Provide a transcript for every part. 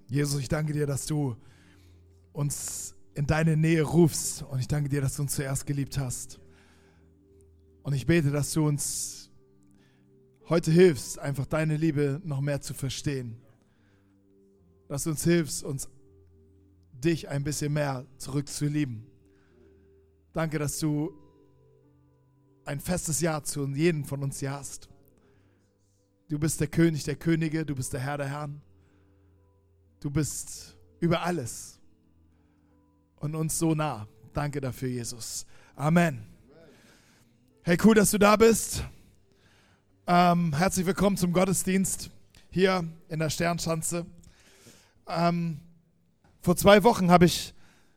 Jesus, ich danke dir, dass du uns in deine Nähe rufst und ich danke dir, dass du uns zuerst geliebt hast. Und ich bete, dass du uns heute hilfst, einfach deine Liebe noch mehr zu verstehen. Dass du uns hilfst, dich ein bisschen mehr zurückzulieben. Danke, dass du ein festes Ja zu jedem von uns hier hast. Du bist der König der Könige, du bist der Herr der Herren. Du bist über alles und uns so nah. Danke dafür, Jesus. Amen. Hey, cool, dass du da bist. Herzlich willkommen zum Gottesdienst hier in der Sternschanze. Vor 2 Wochen habe ich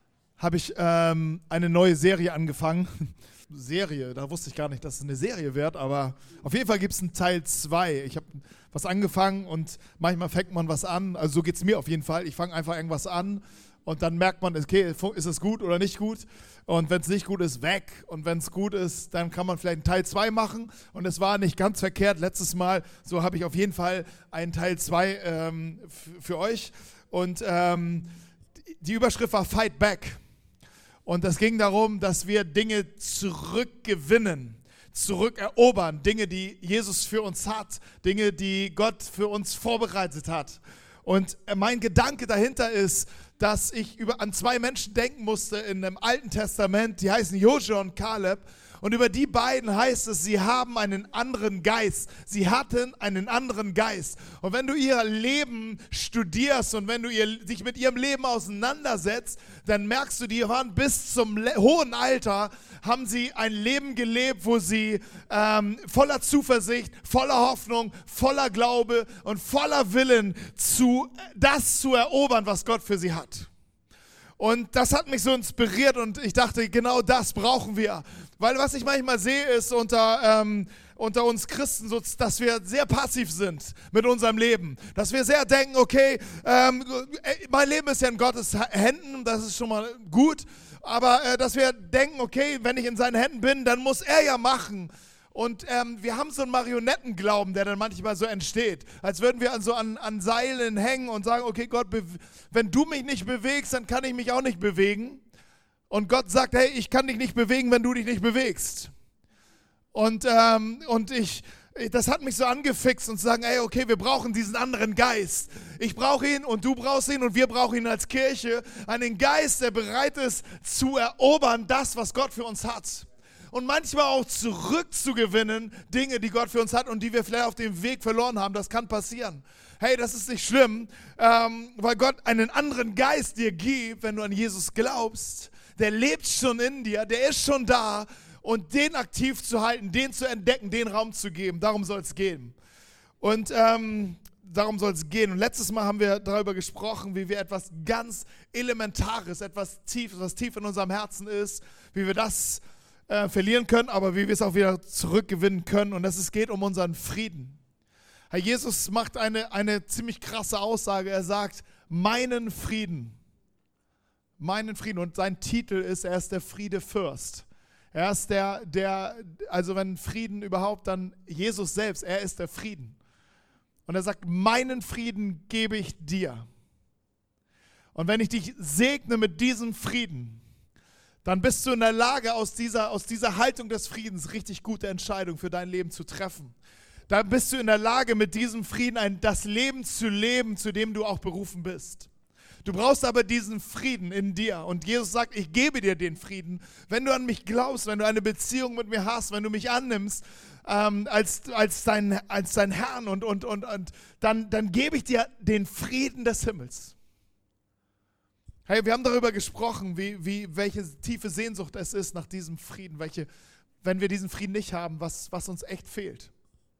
eine neue Serie angefangen. Serie, da wusste ich gar nicht, dass es eine Serie wird, aber auf jeden Fall gibt es einen Teil 2. Ich habe was angefangen und manchmal fängt man was an, also so geht es mir auf jeden Fall. Ich fange einfach irgendwas an und dann merkt man, okay, ist es gut oder nicht gut? Und wenn es nicht gut ist, weg. Und wenn es gut ist, dann kann man vielleicht einen Teil 2 machen. Und es war nicht ganz verkehrt. Letztes Mal, so habe ich auf jeden Fall einen Teil 2 für euch. Und die Überschrift war Fight Back. Und es ging darum, dass wir Dinge zurückgewinnen, zurückerobern. Dinge, die Jesus für uns hat. Dinge, die Gott für uns vorbereitet hat. Und mein Gedanke dahinter ist, dass ich an 2 Menschen denken musste in dem Alten Testament, die heißen Josua und Kaleb. Und über die beiden heißt es, sie haben einen anderen Geist. Sie hatten einen anderen Geist. Und wenn du ihr Leben studierst und wenn du dich mit ihrem Leben auseinandersetzt, dann merkst du, die waren bis zum hohen Alter, haben sie ein Leben gelebt, wo sie voller Zuversicht, voller Hoffnung, voller Glaube und voller Willen das zu erobern, was Gott für sie hat. Und das hat mich so inspiriert und ich dachte, genau das brauchen wir. Weil was ich manchmal sehe, ist unter uns Christen, so, dass wir sehr passiv sind mit unserem Leben. Dass wir sehr denken, okay, mein Leben ist ja in Gottes Händen, das ist schon mal gut. Aber dass wir denken, okay, wenn ich in seinen Händen bin, dann muss er ja machen. Und wir haben so einen Marionettenglauben, der dann manchmal so entsteht. Als würden wir an Seilen hängen und sagen, okay Gott, wenn du mich nicht bewegst, dann kann ich mich auch nicht bewegen. Und Gott sagt, hey, ich kann dich nicht bewegen, wenn du dich nicht bewegst. Und das hat mich so angefixt und zu sagen, hey, okay, wir brauchen diesen anderen Geist. Ich brauche ihn und du brauchst ihn und wir brauchen ihn als Kirche. Einen Geist, der bereit ist zu erobern, das, was Gott für uns hat. Und manchmal auch zurückzugewinnen, Dinge, die Gott für uns hat und die wir vielleicht auf dem Weg verloren haben. Das kann passieren. Hey, das ist nicht schlimm, weil Gott einen anderen Geist dir gibt, wenn du an Jesus glaubst. Der lebt schon in dir, der ist schon da. Und den aktiv zu halten, den zu entdecken, den Raum zu geben, darum soll es gehen. Und darum soll es gehen. Und letztes Mal haben wir darüber gesprochen, wie wir etwas ganz Elementares, etwas Tiefes, was tief in unserem Herzen ist, wie wir das verlieren können, aber wie wir es auch wieder zurückgewinnen können. Und es geht um unseren Frieden. Herr Jesus macht eine ziemlich krasse Aussage. Er sagt, meinen Frieden. Meinen Frieden. Und sein Titel ist, er ist der Friedefürst. Er ist also wenn Frieden überhaupt, dann Jesus selbst, er ist der Frieden. Und er sagt, meinen Frieden gebe ich dir. Und wenn ich dich segne mit diesem Frieden, dann bist du in der Lage, aus dieser Haltung des Friedens richtig gute Entscheidungen für dein Leben zu treffen. Dann bist du in der Lage, mit diesem Frieden das Leben zu leben, zu dem du auch berufen bist. Du brauchst aber diesen Frieden in dir. Und Jesus sagt, ich gebe dir den Frieden. Wenn du an mich glaubst, wenn du eine Beziehung mit mir hast, wenn du mich annimmst als dein Herrn und dann gebe ich dir den Frieden des Himmels. Hey, wir haben darüber gesprochen, welche tiefe Sehnsucht es ist nach diesem Frieden, wenn wir diesen Frieden nicht haben, was uns echt fehlt.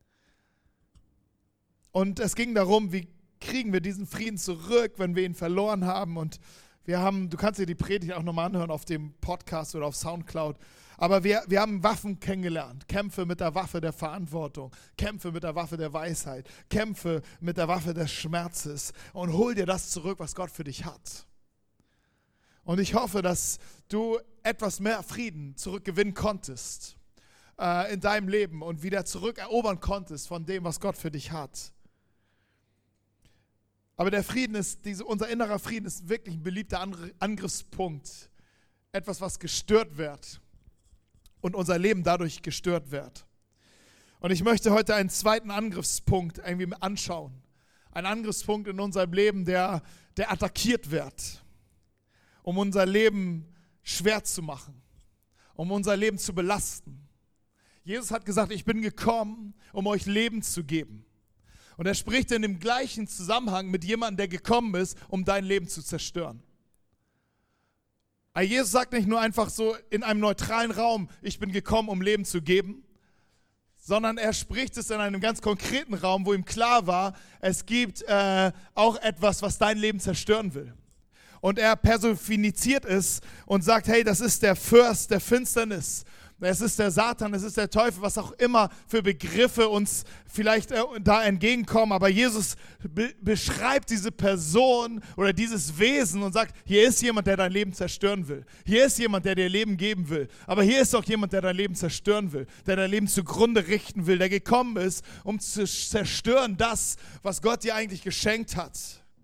Und es ging darum, wie kriegen wir diesen Frieden zurück, wenn wir ihn verloren haben. Und du kannst dir die Predigt auch nochmal anhören auf dem Podcast oder auf Soundcloud. Aber wir haben Waffen kennengelernt. Kämpfe mit der Waffe der Verantwortung. Kämpfe mit der Waffe der Weisheit. Kämpfe mit der Waffe des Schmerzes. Und hol dir das zurück, was Gott für dich hat. Und ich hoffe, dass du etwas mehr Frieden zurückgewinnen konntest in deinem Leben und wieder zurückerobern konntest von dem, was Gott für dich hat. Aber der Frieden unser innerer Frieden ist wirklich ein beliebter Angriffspunkt. Etwas, was gestört wird und unser Leben dadurch gestört wird. Und ich möchte heute einen zweiten Angriffspunkt irgendwie anschauen. Ein Angriffspunkt in unserem Leben, der attackiert wird, um unser Leben schwer zu machen, um unser Leben zu belasten. Jesus hat gesagt, ich bin gekommen, um euch Leben zu geben. Und er spricht in dem gleichen Zusammenhang mit jemandem, der gekommen ist, um dein Leben zu zerstören. Aber Jesus sagt nicht nur einfach so in einem neutralen Raum, ich bin gekommen, um Leben zu geben, sondern er spricht es in einem ganz konkreten Raum, wo ihm klar war, es gibt auch etwas, was dein Leben zerstören will. Und er personifiziert es und sagt, hey, das ist der Fürst der Finsternis. Es ist der Satan, es ist der Teufel, was auch immer für Begriffe uns vielleicht da entgegenkommen. Aber Jesus beschreibt diese Person oder dieses Wesen und sagt, hier ist jemand, der dein Leben zerstören will. Hier ist jemand, der dir Leben geben will. Aber hier ist auch jemand, der dein Leben zerstören will, der dein Leben zugrunde richten will, der gekommen ist, um zu zerstören das, was Gott dir eigentlich geschenkt hat.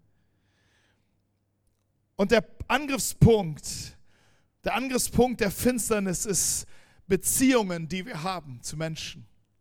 Und der Angriffspunkt der Finsternis ist Beziehungen, die wir haben zu Menschen.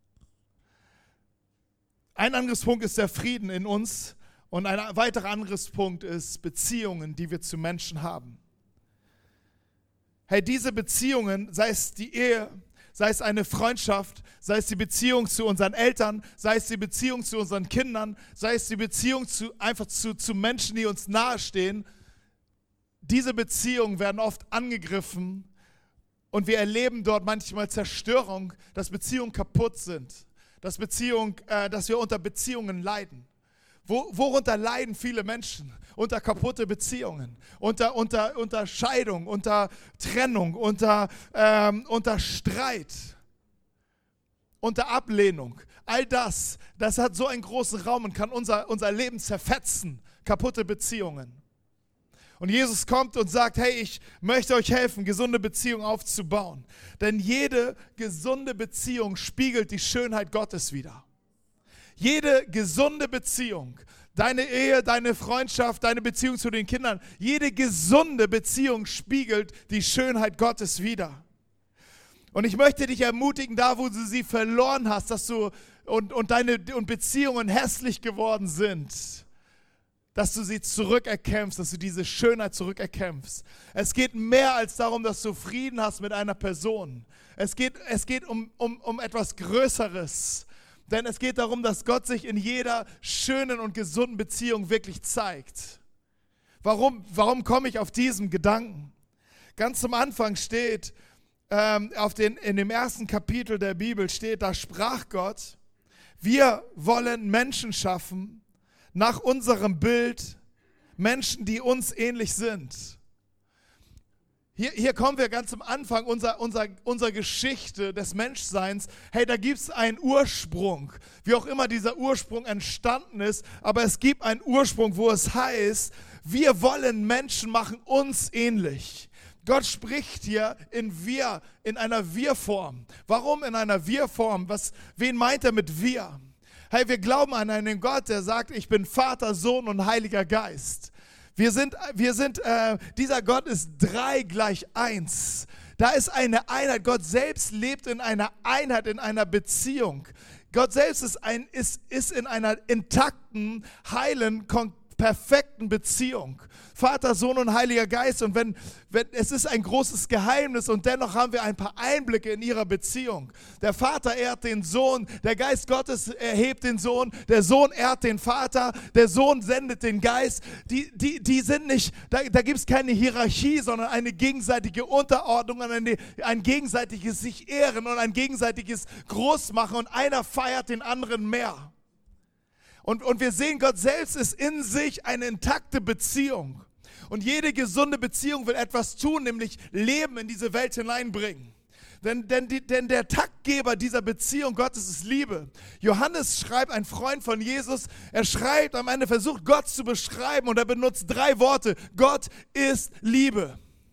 Ein Angriffspunkt ist der Frieden in uns und ein weiterer Angriffspunkt ist Beziehungen, die wir zu Menschen haben. Hey, diese Beziehungen, sei es die Ehe, sei es eine Freundschaft, sei es die Beziehung zu unseren Eltern, sei es die Beziehung zu unseren Kindern, sei es die Beziehung zu Menschen, die uns nahestehen, diese Beziehungen werden oft angegriffen. Und wir erleben dort manchmal Zerstörung, dass Beziehungen kaputt sind, dass wir unter Beziehungen leiden. Worunter leiden viele Menschen? Unter kaputte Beziehungen, unter Scheidung, unter Trennung, unter Streit, unter Ablehnung. All das hat so einen großen Raum und kann unser Leben zerfetzen, kaputte Beziehungen. Und Jesus kommt und sagt, hey, ich möchte euch helfen, gesunde Beziehungen aufzubauen. Denn jede gesunde Beziehung spiegelt die Schönheit Gottes wider. Jede gesunde Beziehung, deine Ehe, deine Freundschaft, deine Beziehung zu den Kindern, jede gesunde Beziehung spiegelt die Schönheit Gottes wider. Und ich möchte dich ermutigen, da wo du sie verloren hast, und Beziehungen hässlich geworden sind, dass du sie zurückerkämpfst, dass du diese Schönheit zurückerkämpfst. Es geht mehr als darum, dass du Frieden hast mit einer Person. Es geht um etwas Größeres. Denn es geht darum, dass Gott sich in jeder schönen und gesunden Beziehung wirklich zeigt. Warum komme ich auf diesen Gedanken? Ganz zum Anfang steht, in dem ersten Kapitel der Bibel steht, da sprach Gott, wir wollen Menschen schaffen, nach unserem Bild, Menschen, die uns ähnlich sind. Hier kommen wir ganz am Anfang unserer Geschichte des Menschseins. Hey, da gibt es einen Ursprung, wie auch immer dieser Ursprung entstanden ist, aber es gibt einen Ursprung, wo es heißt, wir wollen Menschen machen uns ähnlich. Gott spricht hier in einer Wir-Form. Warum in einer Wir-Form? Wen meint er mit wir? Hey, wir glauben an einen Gott, der sagt, ich bin Vater, Sohn und Heiliger Geist. Dieser Gott ist 3 gleich 1. Da ist eine Einheit. Gott selbst lebt in einer Einheit, in einer Beziehung. Gott selbst ist in einer intakten, heilen, perfekten Beziehung. Vater, Sohn und Heiliger Geist. Und wenn es ist ein großes Geheimnis und dennoch haben wir ein paar Einblicke in ihrer Beziehung. Der Vater ehrt den Sohn, der Geist Gottes erhebt den Sohn, der Sohn ehrt den Vater, der Sohn sendet den Geist. Die sind nicht, da gibt es keine Hierarchie, sondern eine gegenseitige Unterordnung, ein gegenseitiges sich ehren und ein gegenseitiges Großmachen und einer feiert den anderen mehr. Und wir sehen, Gott selbst ist in sich eine intakte Beziehung. Und jede gesunde Beziehung will etwas tun, nämlich Leben in diese Welt hineinbringen. Denn der Taktgeber dieser Beziehung Gottes ist Liebe. Johannes schreibt, ein Freund von Jesus, er schreibt am Ende, versucht Gott zu beschreiben und er benutzt 3 Worte. Gott ist Liebe.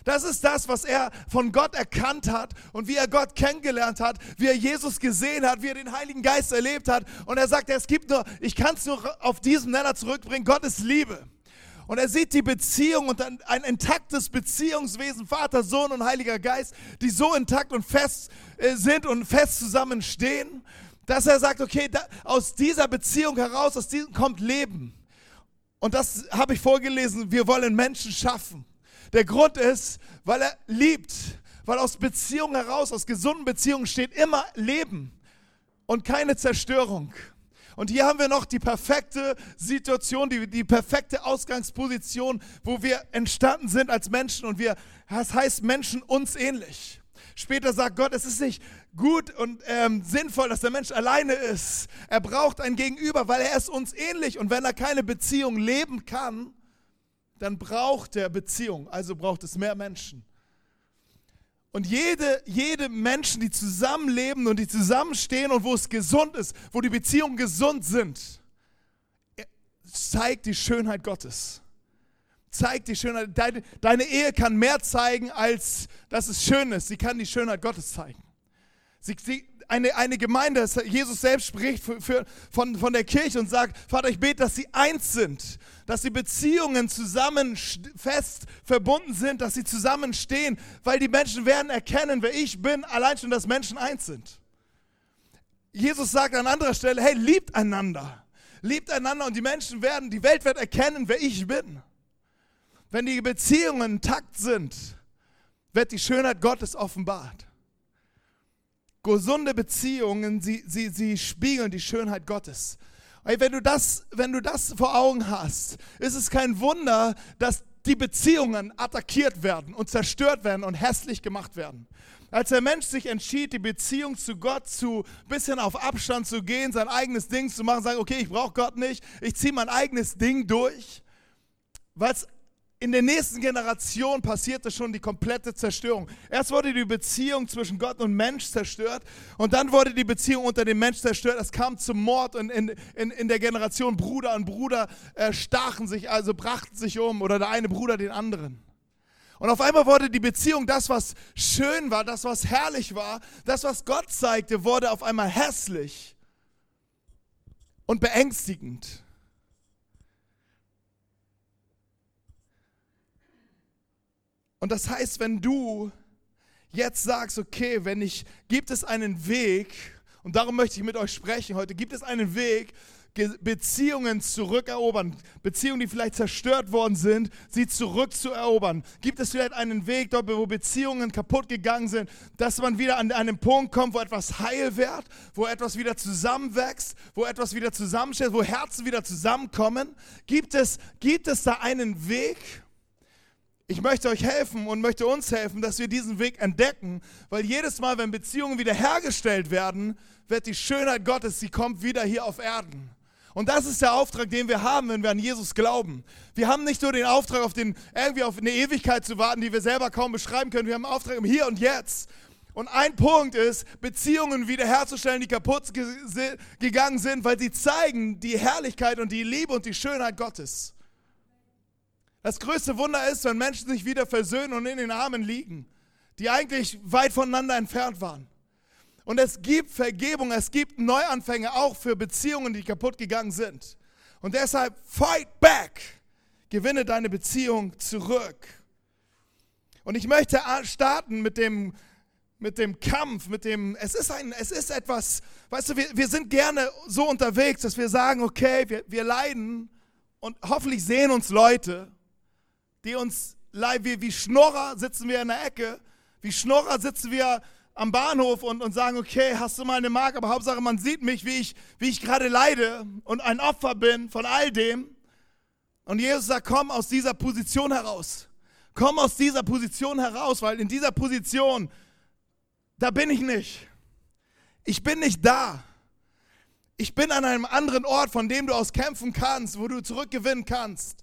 Das ist das, was er von Gott erkannt hat und wie er Gott kennengelernt hat, wie er Jesus gesehen hat, wie er den Heiligen Geist erlebt hat. Und er sagt, ich kann es nur auf diesen Nenner zurückbringen, Gott ist Liebe. Und er sieht die Beziehung und ein intaktes Beziehungswesen, Vater, Sohn und Heiliger Geist, die so intakt und fest sind und fest zusammenstehen, dass er sagt, okay, aus dieser Beziehung heraus, aus diesem kommt Leben. Und das habe ich vorgelesen, wir wollen Menschen schaffen. Der Grund ist, weil er liebt, weil aus Beziehungen heraus, aus gesunden Beziehungen steht immer Leben und keine Zerstörung. Und hier haben wir noch die perfekte Situation, die perfekte Ausgangsposition, wo wir entstanden sind als Menschen und das heißt Menschen uns ähnlich. Später sagt Gott, es ist nicht gut und sinnvoll, dass der Mensch alleine ist. Er braucht ein Gegenüber, weil er ist uns ähnlich. Und wenn er keine Beziehung leben kann, dann braucht er Beziehung, also braucht es mehr Menschen. Und jede Menschen, die zusammenleben und die zusammenstehen und wo es gesund ist, wo die Beziehungen gesund sind, zeigt die Schönheit Gottes. Zeigt die Schönheit. Deine Ehe kann mehr zeigen, als dass es schön ist. Sie kann die Schönheit Gottes zeigen. Eine Gemeinde, Jesus selbst spricht von der Kirche und sagt, Vater, ich bete, dass sie eins sind, dass die Beziehungen zusammen fest verbunden sind, dass sie zusammenstehen, weil die Menschen werden erkennen, wer ich bin, allein schon, dass Menschen eins sind. Jesus sagt an anderer Stelle, hey, liebt einander und die Welt wird erkennen, wer ich bin. Wenn die Beziehungen intakt sind, wird die Schönheit Gottes offenbart. Gesunde Beziehungen, sie spiegeln die Schönheit Gottes. Wenn du das vor Augen hast, ist es kein Wunder, dass die Beziehungen attackiert werden und zerstört werden und hässlich gemacht werden. Als der Mensch sich entschied, die Beziehung zu Gott ein bisschen auf Abstand zu gehen, sein eigenes Ding zu machen, sagen, okay, ich brauche Gott nicht, ich ziehe mein eigenes Ding durch, weil es in der nächsten Generation passierte schon die komplette Zerstörung. Erst wurde die Beziehung zwischen Gott und Mensch zerstört und dann wurde die Beziehung unter dem Mensch zerstört. Es kam zum Mord und in der Generation Bruder an Bruder brachten sich um oder der eine Bruder den anderen. Und auf einmal wurde die Beziehung, das was schön war, das was herrlich war, das was Gott zeigte, wurde auf einmal hässlich und beängstigend. Und das heißt, wenn du jetzt sagst, okay, gibt es einen Weg, und darum möchte ich mit euch sprechen heute, gibt es einen Weg, Beziehungen zurückerobern, Beziehungen, die vielleicht zerstört worden sind, sie zurückzuerobern. Gibt es vielleicht einen Weg, dort wo Beziehungen kaputt gegangen sind, dass man wieder an einen Punkt kommt, wo etwas heil wird, wo etwas wieder zusammenwächst, wo etwas wieder zusammensteht, wo Herzen wieder zusammenkommen? Gibt es da einen Weg? Ich möchte euch helfen und möchte uns helfen, dass wir diesen Weg entdecken, weil jedes Mal, wenn Beziehungen wiederhergestellt werden, wird die Schönheit Gottes, sie kommt wieder hier auf Erden. Und das ist der Auftrag, den wir haben, wenn wir an Jesus glauben. Wir haben nicht nur den Auftrag, irgendwie auf eine Ewigkeit zu warten, die wir selber kaum beschreiben können. Wir haben einen Auftrag im Hier und Jetzt. Und ein Punkt ist, Beziehungen wiederherzustellen, die kaputt gegangen sind, weil sie zeigen die Herrlichkeit und die Liebe und die Schönheit Gottes. Das größte Wunder ist, wenn Menschen sich wieder versöhnen und in den Armen liegen, die eigentlich weit voneinander entfernt waren. Und es gibt Vergebung, es gibt Neuanfänge auch für Beziehungen, die kaputt gegangen sind. Und deshalb, fight back, gewinne deine Beziehung zurück. Und ich möchte starten mit dem Kampf, es ist etwas, weißt du, wir sind gerne so unterwegs, dass wir sagen, okay, wir leiden und hoffentlich sehen uns Leute, die uns leiden, wie Schnorrer sitzen wir in der Ecke, wie Schnorrer sitzen wir am Bahnhof und sagen, okay, hast du mal eine Mark, aber Hauptsache man sieht mich, wie ich gerade leide und ein Opfer bin von all dem. Und Jesus sagt, komm aus dieser Position heraus. Komm aus dieser Position heraus, weil in dieser Position, da bin ich nicht. Ich bin nicht da. Ich bin an einem anderen Ort, von dem du aus kämpfen kannst, wo du zurückgewinnen kannst.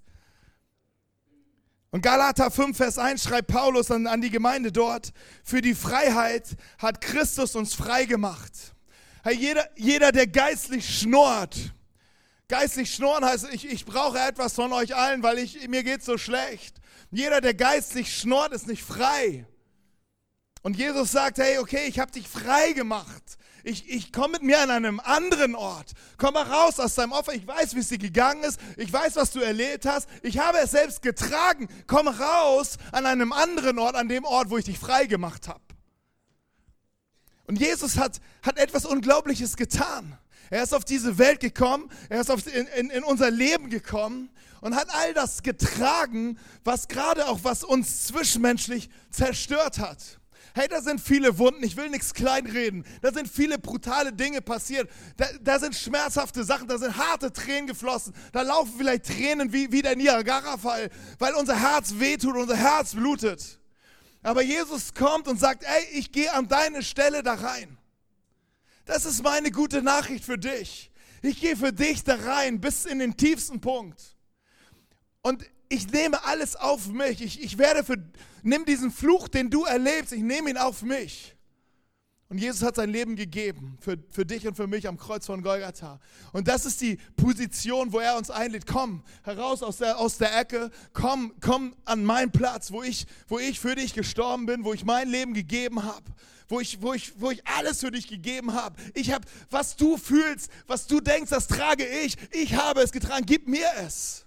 Und Galater 5, Vers 1 schreibt Paulus an die Gemeinde dort, für die Freiheit hat Christus uns frei gemacht. Hey, jeder, der geistlich schnurrt, Geistlich schnurren heißt, ich brauche etwas von euch allen, weil mir geht's so schlecht. Jeder, der geistlich schnurrt, ist nicht frei. Und Jesus sagt, hey, okay, ich habe dich frei gemacht. Ich komme mit mir an einem anderen Ort. Komm mal raus aus deinem Opfer. Ich weiß, wie es dir gegangen ist. Ich weiß, was du erlebt hast. Ich habe es selbst getragen. Komm raus an einem anderen Ort, an dem Ort, wo ich dich frei gemacht habe. Und Jesus hat etwas Unglaubliches getan. Er ist auf diese Welt gekommen. Er ist in unser Leben gekommen und hat all das getragen, was gerade auch was uns zwischenmenschlich zerstört hat. Hey, da sind viele Wunden, ich will nichts kleinreden. Da sind viele brutale Dinge passiert. Da sind schmerzhafte Sachen, da sind harte Tränen geflossen. Da laufen vielleicht Tränen wie der Niagara-Fall, weil unser Herz wehtut, unser Herz blutet. Aber Jesus kommt und sagt, ey, ich gehe an deine Stelle da rein. Das ist meine gute Nachricht für dich. Ich gehe für dich da rein, bis in den tiefsten Punkt. Und ich nehme alles auf mich. Nimm diesen Fluch, den du erlebst, ich nehme ihn auf mich. Und Jesus hat sein Leben gegeben für dich und für mich am Kreuz von Golgatha. Und das ist die Position, wo er uns einlädt. Komm heraus aus der Ecke, komm an meinen Platz, wo ich für dich gestorben bin, wo ich mein Leben gegeben habe. Wo ich alles für dich gegeben habe. Was du fühlst, was du denkst, das trage ich. Ich habe es getragen, gib mir es.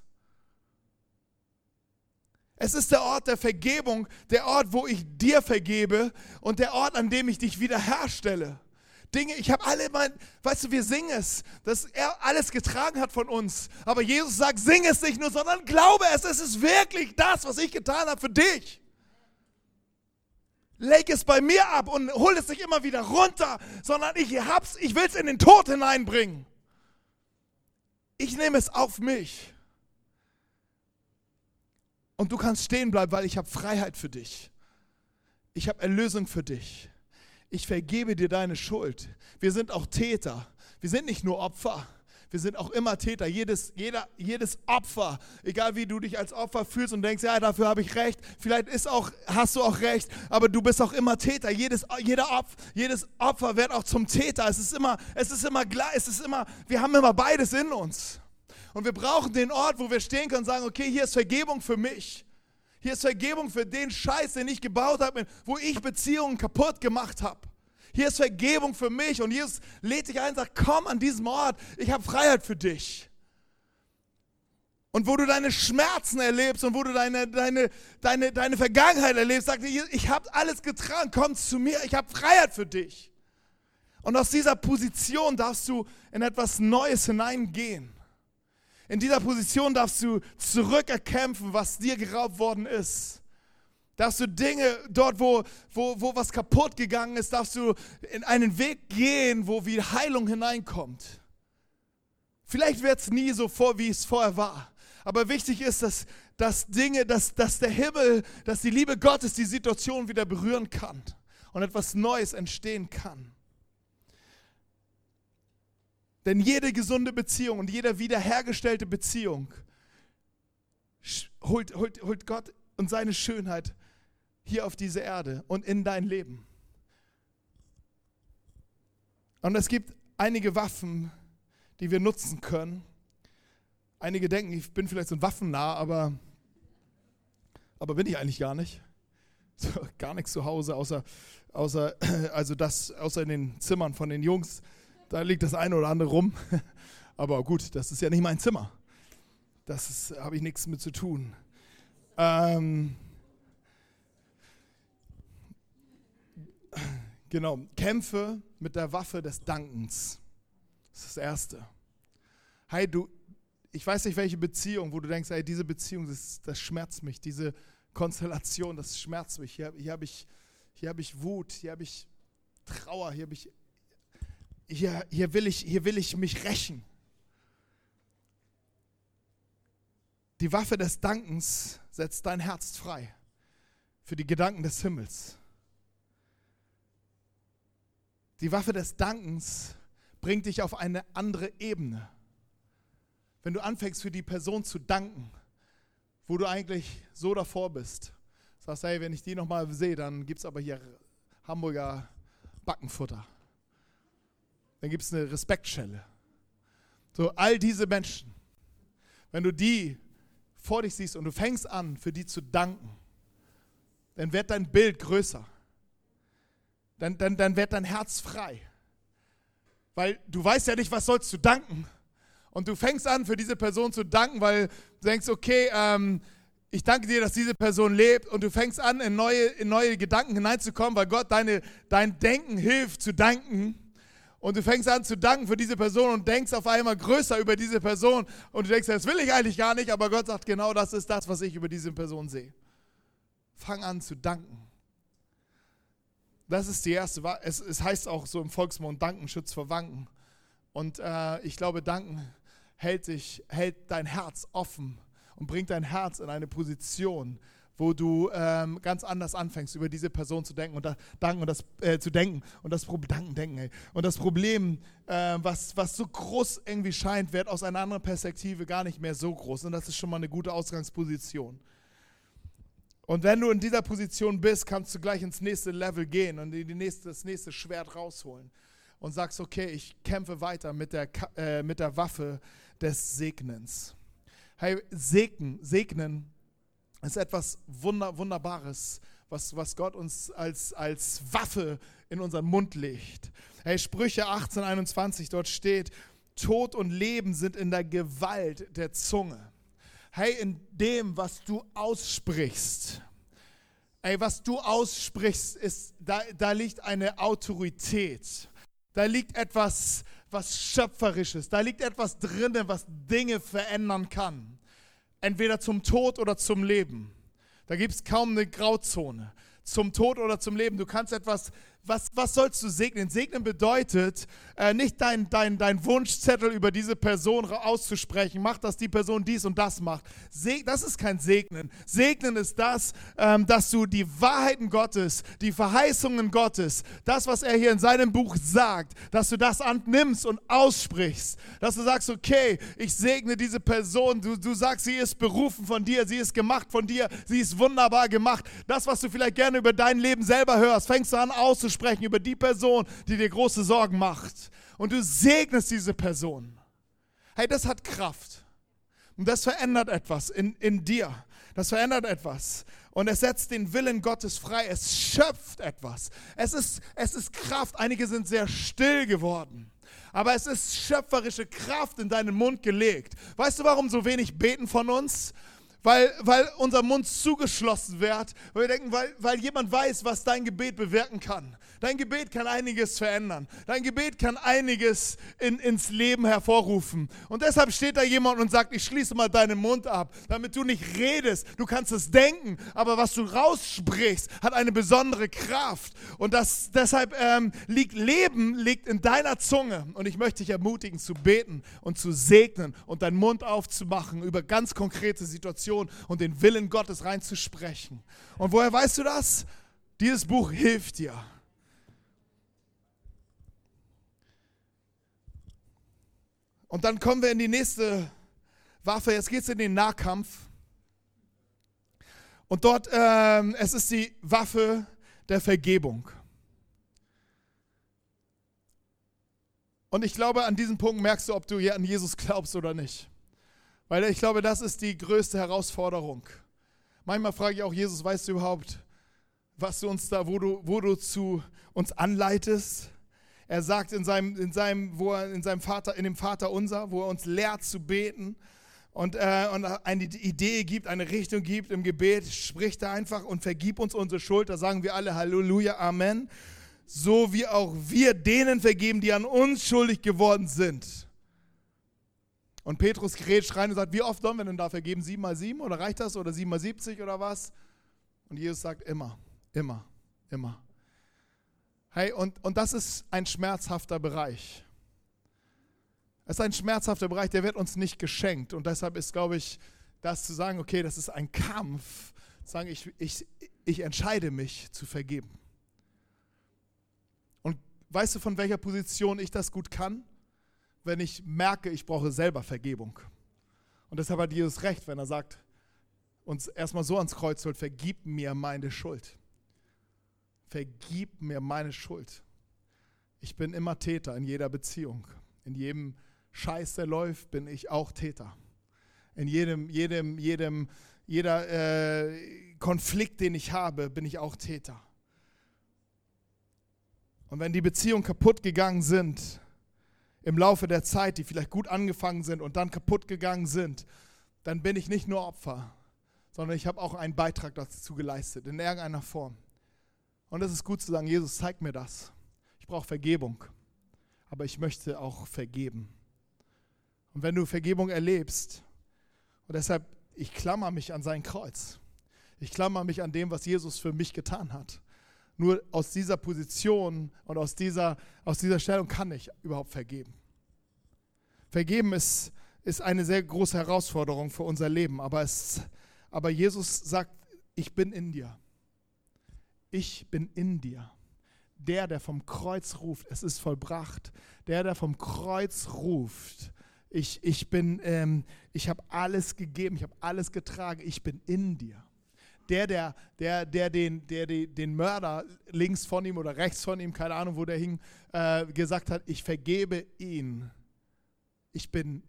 Es ist der Ort der Vergebung, der Ort, wo ich dir vergebe und der Ort, an dem ich dich wiederherstelle. Weißt du, wir singen es, dass er alles getragen hat von uns. Aber Jesus sagt, sing es nicht nur, sondern glaube es. Es ist wirklich das, was ich getan habe für dich. Leg es bei mir ab und hol es nicht immer wieder runter, sondern ich will es in den Tod hineinbringen. Ich nehme es auf mich. Und du kannst stehen bleiben, weil ich habe Freiheit für dich. Ich habe Erlösung für dich. Ich vergebe dir deine Schuld. Wir sind auch Täter. Wir sind nicht nur Opfer. Wir sind auch immer Täter. Jedes Opfer, egal wie du dich als Opfer fühlst und denkst, ja, dafür habe ich recht. Vielleicht hast du auch recht, aber du bist auch immer Täter. Jedes Opfer wird auch zum Täter. Wir haben immer beides in uns. Und wir brauchen den Ort, wo wir stehen können und sagen, okay, hier ist Vergebung für mich. Hier ist Vergebung für den Scheiß, den ich gebaut habe, wo ich Beziehungen kaputt gemacht habe. Hier ist Vergebung für mich. Und Jesus lädt dich ein und sagt, komm an diesen Ort, ich habe Freiheit für dich. Und wo du deine Schmerzen erlebst und wo du deine Vergangenheit erlebst, sagt er, ich habe alles getragen, komm zu mir, ich habe Freiheit für dich. Und aus dieser Position darfst du in etwas Neues hineingehen. In dieser Position darfst du zurückerkämpfen, was dir geraubt worden ist. Darfst du Dinge, dort wo was kaputt gegangen ist, darfst du in einen Weg gehen, wo wieder Heilung hineinkommt. Vielleicht wird es nie so wie es vorher war. Aber wichtig ist, dass der Himmel, dass die Liebe Gottes die Situation wieder berühren kann und etwas Neues entstehen kann. Denn jede gesunde Beziehung und jede wiederhergestellte Beziehung holt Gott und seine Schönheit hier auf diese Erde und in dein Leben. Und es gibt einige Waffen, die wir nutzen können. Einige denken, ich bin vielleicht so ein Waffennah, aber bin ich eigentlich gar nicht. So, gar nichts zu Hause, außer in den Zimmern von den Jungs. Da liegt das eine oder andere rum. Aber gut, das ist ja nicht mein Zimmer. Habe ich nichts mit zu tun. Genau, kämpfe mit der Waffe des Dankens. Das ist das Erste. Hey, ich weiß nicht, welche Beziehung, wo du denkst, hey, diese Beziehung, das schmerzt mich. Diese Konstellation, das schmerzt mich. Hier habe ich Wut, hier habe ich Trauer, hier will ich mich rächen. Die Waffe des Dankens setzt dein Herz frei für die Gedanken des Himmels. Die Waffe des Dankens bringt dich auf eine andere Ebene. Wenn du anfängst, für die Person zu danken, wo du eigentlich so davor bist, sagst, hey, wenn ich die nochmal sehe, dann gibt es aber hier Hamburger Backenfutter. Dann gibt es eine Respektschelle. So, all diese Menschen, wenn du die vor dich siehst und du fängst an, für die zu danken, dann wird dein Bild größer. Dann wird dein Herz frei. Weil du weißt ja nicht, was sollst du danken. Und du fängst an, für diese Person zu danken, weil du denkst, okay, ich danke dir, dass diese Person lebt. Und du fängst an, in neue Gedanken hineinzukommen, weil Gott dein Denken hilft zu danken. Und du fängst an zu danken für diese Person und denkst auf einmal größer über diese Person. Und du denkst, das will ich eigentlich gar nicht, aber Gott sagt, genau das ist das, was ich über diese Person sehe. Fang an zu danken. Das ist die erste Wahl. Es heißt auch so im Volksmund, Danken schützt vor Wanken. Und ich glaube, Danken hält dein Herz offen und bringt dein Herz in eine Position, wo du ganz anders anfängst, über diese Person zu denken und das Problem, was so groß irgendwie scheint, wird aus einer anderen Perspektive gar nicht mehr so groß. Und das ist schon mal eine gute Ausgangsposition. Und wenn du in dieser Position bist, kannst du gleich ins nächste Level gehen und das nächste Schwert rausholen und sagst, okay, ich kämpfe weiter mit der Waffe des Segnens. Hey, segnen ist etwas Wunderbares, was Gott uns als Waffe in unseren Mund legt. Hey, Sprüche 18,21, dort steht, Tod und Leben sind in der Gewalt der Zunge. Hey, in dem, was du aussprichst, da liegt eine Autorität. Da liegt etwas, was Schöpferisches. Da liegt etwas drin, was Dinge verändern kann. Entweder zum Tod oder zum Leben. Da gibt es kaum eine Grauzone. Zum Tod oder zum Leben. Du kannst etwas, was sollst du segnen? Segnen bedeutet, nicht dein Wunschzettel über diese Person auszusprechen. Mach, dass die Person dies und das macht. Das ist kein Segnen. Segnen ist das, dass du die Wahrheiten Gottes, die Verheißungen Gottes, das, was er hier in seinem Buch sagt, dass du das annimmst und aussprichst. Dass du sagst, okay, ich segne diese Person. Du sagst, sie ist berufen von dir, sie ist gemacht von dir, sie ist wunderbar gemacht. Das, was du vielleicht gerne über dein Leben selber hörst, fängst du an auszusprechen über die Person, die dir große Sorgen macht. Und du segnest diese Person. Hey, das hat Kraft. Und das verändert etwas in dir. Das verändert etwas. Und es setzt den Willen Gottes frei. Es schöpft etwas. Es ist Kraft. Einige sind sehr still geworden. Aber es ist schöpferische Kraft in deinen Mund gelegt. Weißt du, warum so wenig beten von uns? Weil unser Mund zugeschlossen wird, weil wir denken, weil jemand weiß, was dein Gebet bewirken kann. Dein Gebet kann einiges verändern. Dein Gebet kann einiges ins Leben hervorrufen. Und deshalb steht da jemand und sagt, ich schließe mal deinen Mund ab, damit du nicht redest. Du kannst es denken, aber was du raussprichst, hat eine besondere Kraft. Und deshalb Leben liegt in deiner Zunge. Und ich möchte dich ermutigen, zu beten und zu segnen und deinen Mund aufzumachen über ganz konkrete Situationen und den Willen Gottes reinzusprechen. Und woher weißt du das? Dieses Buch hilft dir. Und dann kommen wir in die nächste Waffe. Jetzt geht es in den Nahkampf. Und dort, es ist die Waffe der Vergebung. Und ich glaube, an diesem Punkt merkst du, ob du hier an Jesus glaubst oder nicht. Weil ich glaube, das ist die größte Herausforderung. Manchmal frage ich auch Jesus, weißt du überhaupt, was du uns da, wo du zu uns anleitest? Er sagt in dem Vater unser, wo er uns lehrt zu beten und eine Idee gibt, eine Richtung gibt im Gebet, spricht er einfach und vergib uns unsere Schuld. Da sagen wir alle Halleluja, Amen. So wie auch wir denen vergeben, die an uns schuldig geworden sind. Und Petrus gerät rein und sagt, wie oft sollen wir denn da vergeben? 7 mal 7 oder reicht das? Oder 7 mal 70 oder was? Und Jesus sagt immer, immer, immer. Hey, und das ist ein schmerzhafter Bereich. Es ist ein schmerzhafter Bereich, der wird uns nicht geschenkt. Und deshalb ist, glaube ich, das zu sagen, okay, das ist ein Kampf, zu sagen, ich entscheide mich zu vergeben. Und weißt du, von welcher Position ich das gut kann? Wenn ich merke, ich brauche selber Vergebung. Und deshalb hat Jesus recht, wenn er sagt, uns erstmal so ans Kreuz holt, vergib mir meine Schuld. Vergib mir meine Schuld. Ich bin immer Täter in jeder Beziehung, in jedem Scheiß, der läuft, bin ich auch Täter. In jeder Konflikt, den ich habe, bin ich auch Täter. Und wenn die Beziehungen kaputt gegangen sind, im Laufe der Zeit, die vielleicht gut angefangen sind und dann kaputt gegangen sind, dann bin ich nicht nur Opfer, sondern ich habe auch einen Beitrag dazu geleistet, in irgendeiner Form. Und es ist gut zu sagen, Jesus, zeig mir das. Ich brauche Vergebung, aber ich möchte auch vergeben. Und wenn du Vergebung erlebst, und deshalb, ich klammer mich an sein Kreuz. Ich klammer mich an dem, was Jesus für mich getan hat. Nur aus dieser Position und aus dieser Stellung kann ich überhaupt vergeben. Vergeben ist eine sehr große Herausforderung für unser Leben, aber Jesus sagt, ich bin in dir. Ich bin in dir. Der vom Kreuz ruft, es ist vollbracht. Der vom Kreuz ruft, ich habe alles gegeben, ich habe alles getragen, ich bin in dir. Der den Mörder links von ihm oder rechts von ihm, keine Ahnung, wo der hing, gesagt hat, ich vergebe ihn. Ich bin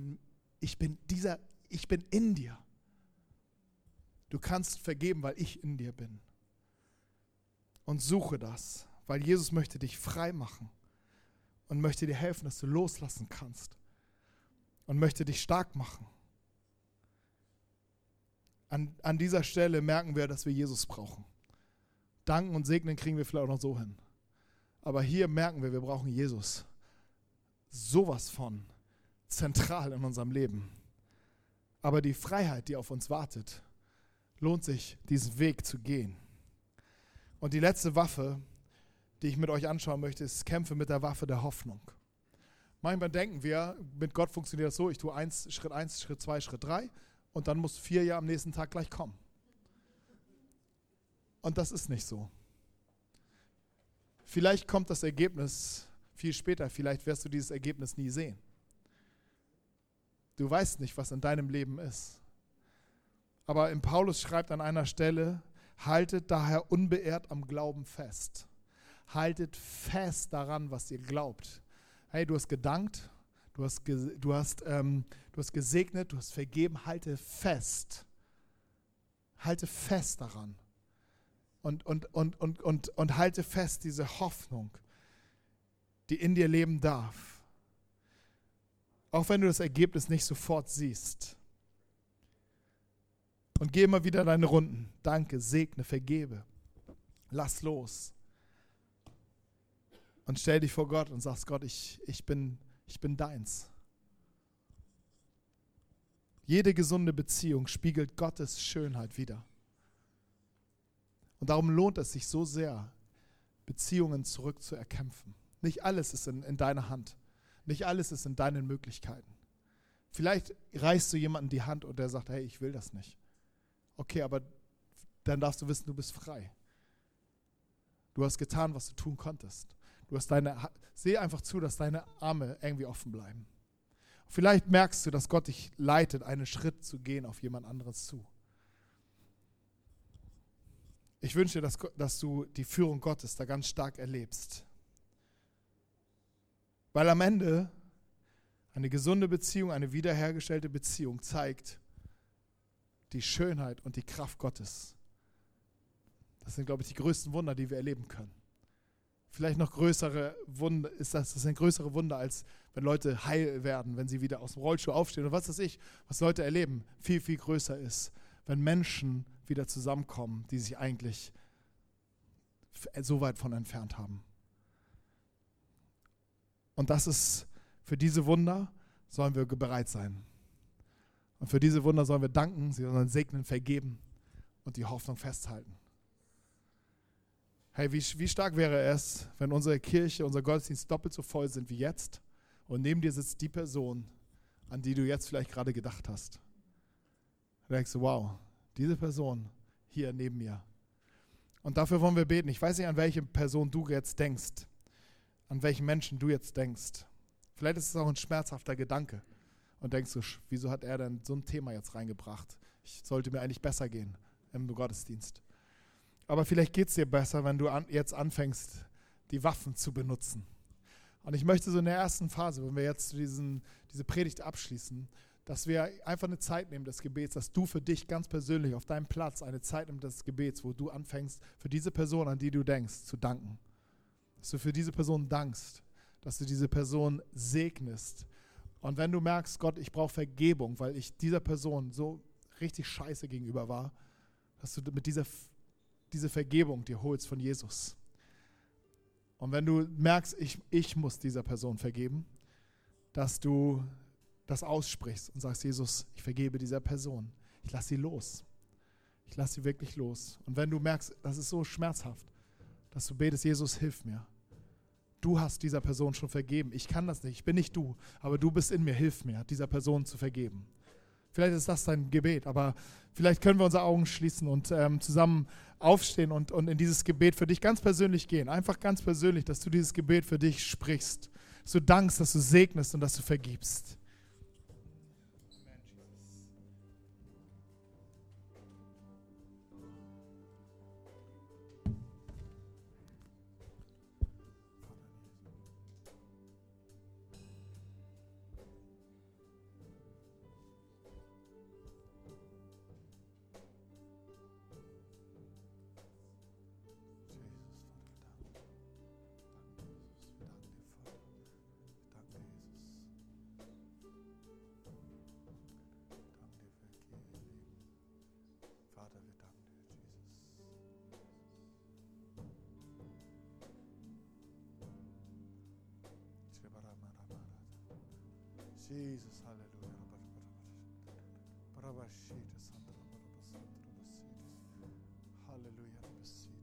in dir. Du kannst vergeben, weil ich in dir bin. Und suche das, weil Jesus möchte dich frei machen und möchte dir helfen, dass du loslassen kannst und möchte dich stark machen. An dieser Stelle merken wir, dass wir Jesus brauchen. Danken und segnen kriegen wir vielleicht auch noch so hin. Aber hier merken wir brauchen Jesus. Sowas von zentral in unserem Leben. Aber die Freiheit, die auf uns wartet, lohnt sich, diesen Weg zu gehen. Und die letzte Waffe, die ich mit euch anschauen möchte, ist Kämpfe mit der Waffe der Hoffnung. Manchmal denken wir, mit Gott funktioniert das so, ich tue Schritt 1, Schritt 2, Schritt 3 und dann muss 4 ja am nächsten Tag gleich kommen. Und das ist nicht so. Vielleicht kommt das Ergebnis viel später, vielleicht wirst du dieses Ergebnis nie sehen. Du weißt nicht, was in deinem Leben ist. Aber im Paulus schreibt an einer Stelle, haltet daher unbeirrt am Glauben fest. Haltet fest daran, was ihr glaubt. Hey, du hast gedankt, du hast gesegnet, du hast vergeben, halte fest. Halte fest daran. Und halte fest diese Hoffnung, die in dir leben darf. Auch wenn du das Ergebnis nicht sofort siehst. Und geh immer wieder deine Runden. Danke, segne, vergebe. Lass los. Und stell dich vor Gott und sagst, Gott, ich bin deins. Jede gesunde Beziehung spiegelt Gottes Schönheit wider. Und darum lohnt es sich so sehr, Beziehungen zurückzuerkämpfen. Nicht alles ist in deiner Hand. Nicht alles ist in deinen Möglichkeiten. Vielleicht reichst du jemandem die Hand und der sagt, hey, ich will das nicht. Okay, aber dann darfst du wissen, du bist frei. Du hast getan, was du tun konntest. Seh einfach zu, dass deine Arme irgendwie offen bleiben. Vielleicht merkst du, dass Gott dich leitet, einen Schritt zu gehen auf jemand anderes zu. Ich wünsche dir, dass du die Führung Gottes da ganz stark erlebst. Weil am Ende eine gesunde Beziehung, eine wiederhergestellte Beziehung zeigt die Schönheit und die Kraft Gottes. Das sind, glaube ich, die größten Wunder, die wir erleben können. Vielleicht noch größere Wunder, das sind größere Wunder, als wenn Leute heil werden, wenn sie wieder aus dem Rollstuhl aufstehen. Und was weiß ich, was Leute erleben, viel, viel größer ist, wenn Menschen wieder zusammenkommen, die sich eigentlich so weit von entfernt haben. Und für diese Wunder sollen wir bereit sein. Und für diese Wunder sollen wir danken, sie sollen segnen, vergeben und die Hoffnung festhalten. Hey, wie stark wäre es, wenn unsere Kirche, unser Gottesdienst doppelt so voll sind wie jetzt und neben dir sitzt die Person, an die du jetzt vielleicht gerade gedacht hast. Du denkst, wow, diese Person hier neben mir. Und dafür wollen wir beten. Ich weiß nicht, an welche Person du jetzt denkst, an welchen Menschen du jetzt denkst. Vielleicht ist es auch ein schmerzhafter Gedanke und denkst du, wieso hat er denn so ein Thema jetzt reingebracht? Ich sollte mir eigentlich besser gehen im Gottesdienst. Aber vielleicht geht es dir besser, wenn du jetzt anfängst, die Waffen zu benutzen. Und ich möchte so in der ersten Phase, wenn wir jetzt diese Predigt abschließen, dass wir einfach eine Zeit nehmen des Gebets, dass du für dich ganz persönlich auf deinem Platz eine Zeit nimmst des Gebets, wo du anfängst, für diese Person, an die du denkst, zu danken. Dass du für diese Person dankst, dass du diese Person segnest. Und wenn du merkst, Gott, ich brauche Vergebung, weil ich dieser Person so richtig scheiße gegenüber war, dass du mit diese Vergebung dir holst von Jesus. Und wenn du merkst, ich muss dieser Person vergeben, dass du das aussprichst und sagst, Jesus, ich vergebe dieser Person. Ich lasse sie los. Ich lasse sie wirklich los. Und wenn du merkst, das ist so schmerzhaft, dass du betest, Jesus, hilf mir. Du hast dieser Person schon vergeben. Ich kann das nicht, ich bin nicht du, aber du bist in mir, hilf mir, dieser Person zu vergeben. Vielleicht ist das dein Gebet, aber vielleicht können wir unsere Augen schließen und zusammen aufstehen und in dieses Gebet für dich ganz persönlich gehen. Einfach ganz persönlich, dass du dieses Gebet für dich sprichst. Dass du dankst, dass du segnest und dass du vergibst. Jesus, Halleluja. Halleluja.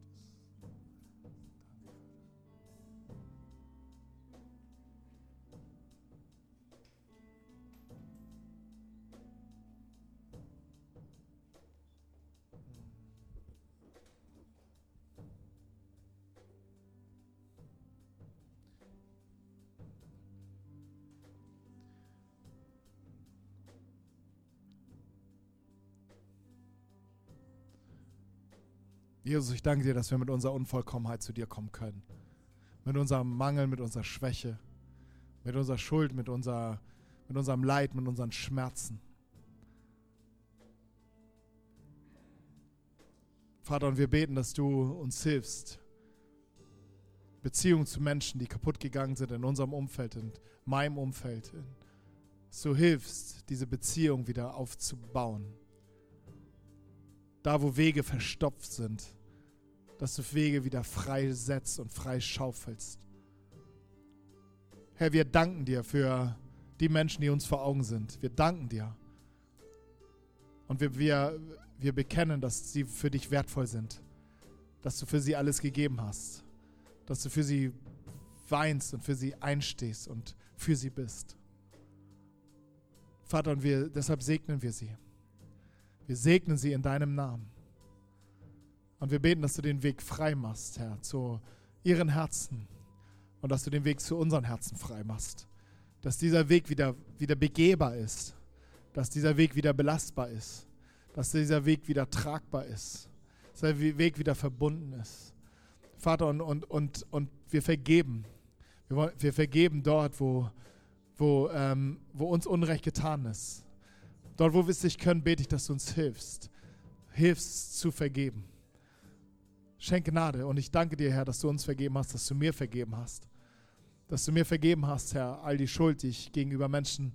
Jesus, ich danke dir, dass wir mit unserer Unvollkommenheit zu dir kommen können. Mit unserem Mangel, mit unserer Schwäche, mit unserer Schuld, mit unserem Leid, mit unseren Schmerzen. Vater, und wir beten, dass du uns hilfst, Beziehungen zu Menschen, die kaputt gegangen sind in unserem Umfeld, in meinem Umfeld, dass du hilfst, diese Beziehung wieder aufzubauen. Da, wo Wege verstopft sind, dass du Wege wieder frei setzt und frei schaufelst. Herr, wir danken dir für die Menschen, die uns vor Augen sind. Wir danken dir. Und wir bekennen, dass sie für dich wertvoll sind. Dass du für sie alles gegeben hast. Dass du für sie weinst und für sie einstehst und für sie bist. Vater, und deshalb segnen wir sie. Wir segnen sie in deinem Namen. Und wir beten, dass du den Weg frei machst, Herr, zu ihren Herzen. Und dass du den Weg zu unseren Herzen frei machst. Dass dieser Weg wieder begehbar ist. Dass dieser Weg wieder belastbar ist. Dass dieser Weg wieder tragbar ist. Dass der Weg wieder verbunden ist. Vater, und wir vergeben. Wir vergeben dort, wo uns Unrecht getan ist. Dort, wo wir es nicht können, bete ich, dass du uns hilfst. Hilfst zu vergeben. Schenk Gnade. Und ich danke dir, Herr, dass du uns vergeben hast, dass du mir vergeben hast. Dass du mir vergeben hast, Herr, all die Schuld, die ich gegenüber Menschen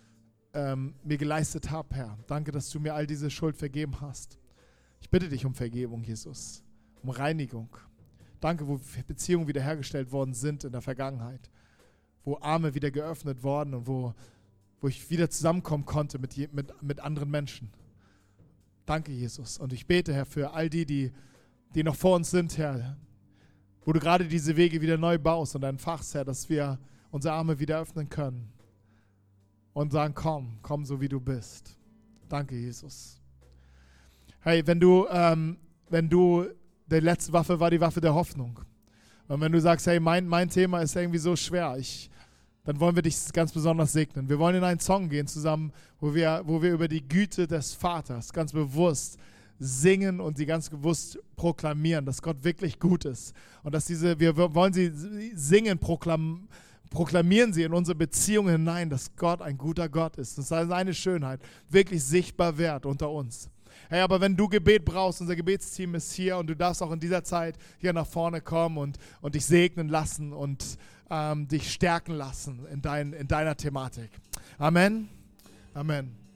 mir geleistet habe, Herr. Danke, dass du mir all diese Schuld vergeben hast. Ich bitte dich um Vergebung, Jesus. Um Reinigung. Danke, wo Beziehungen wiederhergestellt worden sind in der Vergangenheit. Wo Arme wieder geöffnet worden und wo ich wieder zusammenkommen konnte mit anderen Menschen. Danke, Jesus. Und ich bete, Herr, für all die noch vor uns sind, Herr, wo du gerade diese Wege wieder neu baust und entfachst, Herr, dass wir unsere Arme wieder öffnen können und sagen, komm so wie du bist. Danke, Jesus. Hey, wenn du, die letzte Waffe war die Waffe der Hoffnung. Und wenn du sagst, hey, mein Thema ist irgendwie so schwer, dann wollen wir dich ganz besonders segnen. Wir wollen in einen Song gehen zusammen, wo wir über die Güte des Vaters ganz bewusst singen und sie ganz bewusst proklamieren, dass Gott wirklich gut ist. Und dass wir wollen sie singen, proklamieren sie in unsere Beziehung hinein, dass Gott ein guter Gott ist, dass seine Schönheit wirklich sichtbar wird unter uns. Hey, aber wenn du Gebet brauchst, unser Gebetsteam ist hier und du darfst auch in dieser Zeit hier nach vorne kommen und dich segnen lassen und dich stärken lassen in deiner Thematik. Amen. Amen.